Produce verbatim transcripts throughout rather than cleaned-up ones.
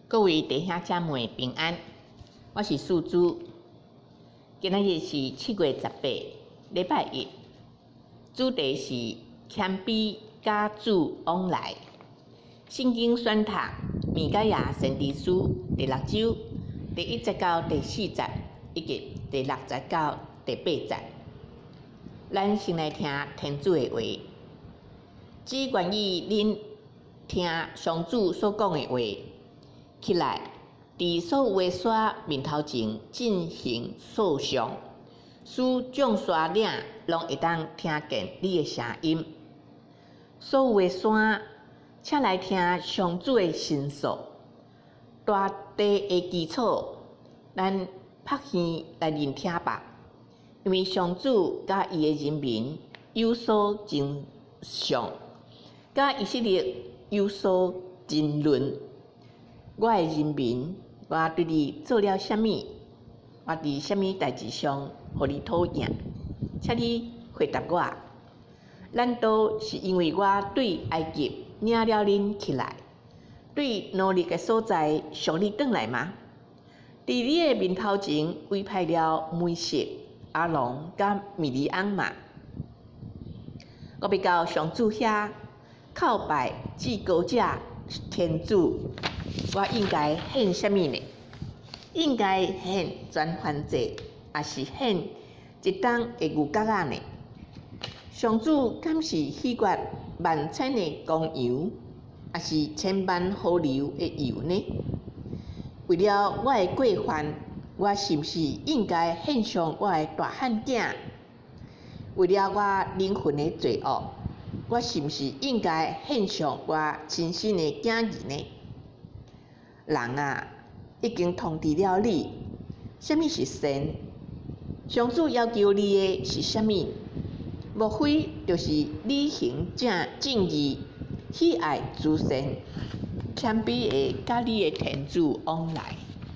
各位弟兄姐妹平安，我是素珠。今仔日是七月十八，礼拜一，主题是谦卑甲主往来。圣经选读米迦亚先知书第六章第一节到第四节，以及第六节到第八节。咱先来听天主的话，只愿意恁听上主所讲的话。起来，伫所有的山面头前进行扫上，使众山岭拢会当听见你的声音。所有的山，请来听上主的申诉。大地的基础，咱拍耳来聆听吧，因为上主甲伊的人民有所争上，甲以色列有所争论。我的人民，我对你做了什么？我伫什么代志上，互你讨厌？请你回答我。难道是因为我对埃及领了恁起来，对奴隶的所在送你转来吗？伫你的面头前委派了梅瑟、阿龙甲米利安嘛？我要到上主遐叩拜至高者天主。我应该献什么呢？应该献全燔祭，还是献一担的牛角仔呢？上主敢是喜悦万千的公羊，还是千万河流的油呢？为了我的过犯，我是不是应该献上我的大汉囝？为了我灵魂的罪恶，我是不是应该献上我亲生的囝儿呢？人啊，已经通知了你，什么是善？上主要求你的是什么？莫非就是履行正正义、喜爱诸善、谦卑的甲你的天主往来？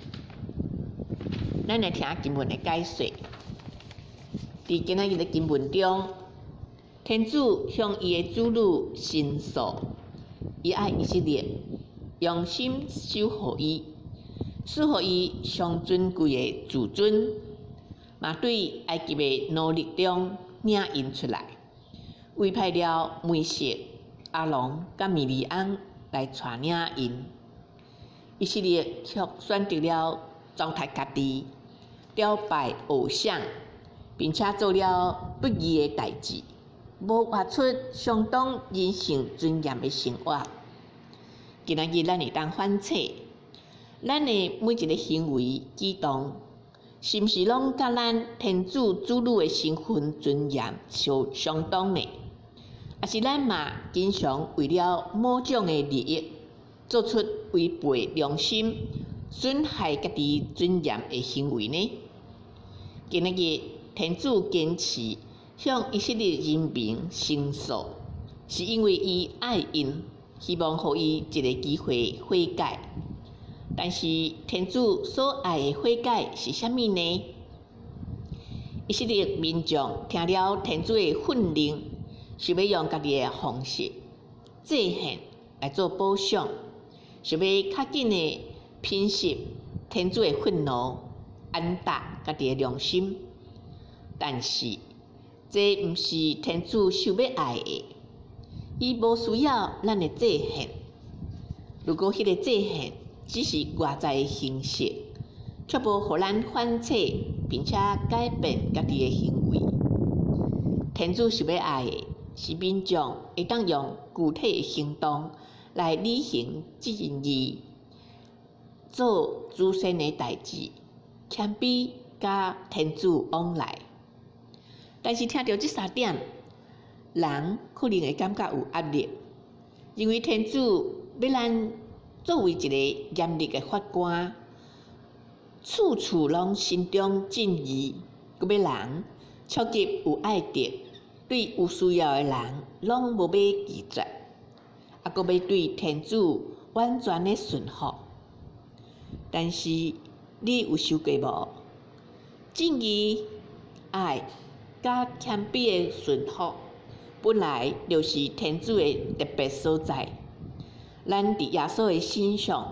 咱来听经文的解说。伫今仔日的经文中，天主向伊的子女申诉，伊爱以色列。用心守护伊，使互伊上尊贵的自尊，嘛对埃及的奴隶中领因出来，委派了梅瑟、阿龙甲米利安来带领因。以色列却选择了糟蹋家己，雕拜偶像，并且做了不义的代志，无活出相当人性尊严的生活。今仔日咱会当反测，咱的每一个行为举动，是毋是拢甲咱天主子女的身份尊严相相当呢？还是咱嘛经常为了某种的利益，做出违背良心、损害家己尊严的行为呢？今仔日天主坚持向以色列人民申诉，是因为伊爱因。希望予伊一个机会悔改，但是天主所爱的悔改是啥物呢？以色列民众听了天主的训令，想要用家己的方式祭献来做补偿，想要较紧的平息天主的愤怒，安达家己的良心。但是这毋是天主想要爱的。伊无需要咱的祭献。如果迄个祭献只是外在的形式，却无互咱反省并且改变家己的行为，天主想要爱的是民众会当用具体的行动来履行正义，做诸善的代志，谦卑甲天主往来。但是听到这三点，人可能会感觉有压力，因为天主要咱作为一个严厉的法官，处处拢心中正义，佮要人超级有爱德，对有需要的人拢无要拒绝，啊，佮要对天主完全的顺服。但是你有想过无？正义、爱甲谦卑的顺服。本来就是天主的特别所在，咱伫耶稣的身上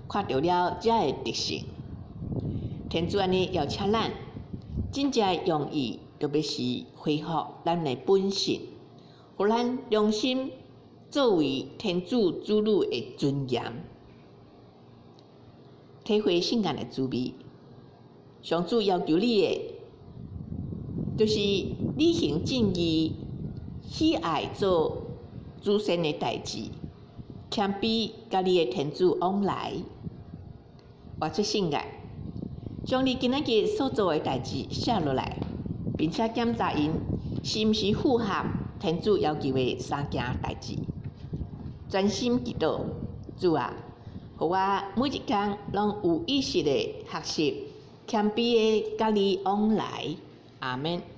看到了这个特性。天主安尼邀请咱，真正用意特别是恢复咱的本性，互咱良心作为天主子女的尊严，体会圣诞的滋味。上主要求你的，就是履行正义，喜爱做主善的代志，谦卑甲你的天主往来，活出圣爱，将你今仔日所做的代志写落来，并且检查因是毋是符合天主要求的三件代志。专心祈祷，主啊，互我每一天拢有意识的学习，谦卑的甲你往来。阿们。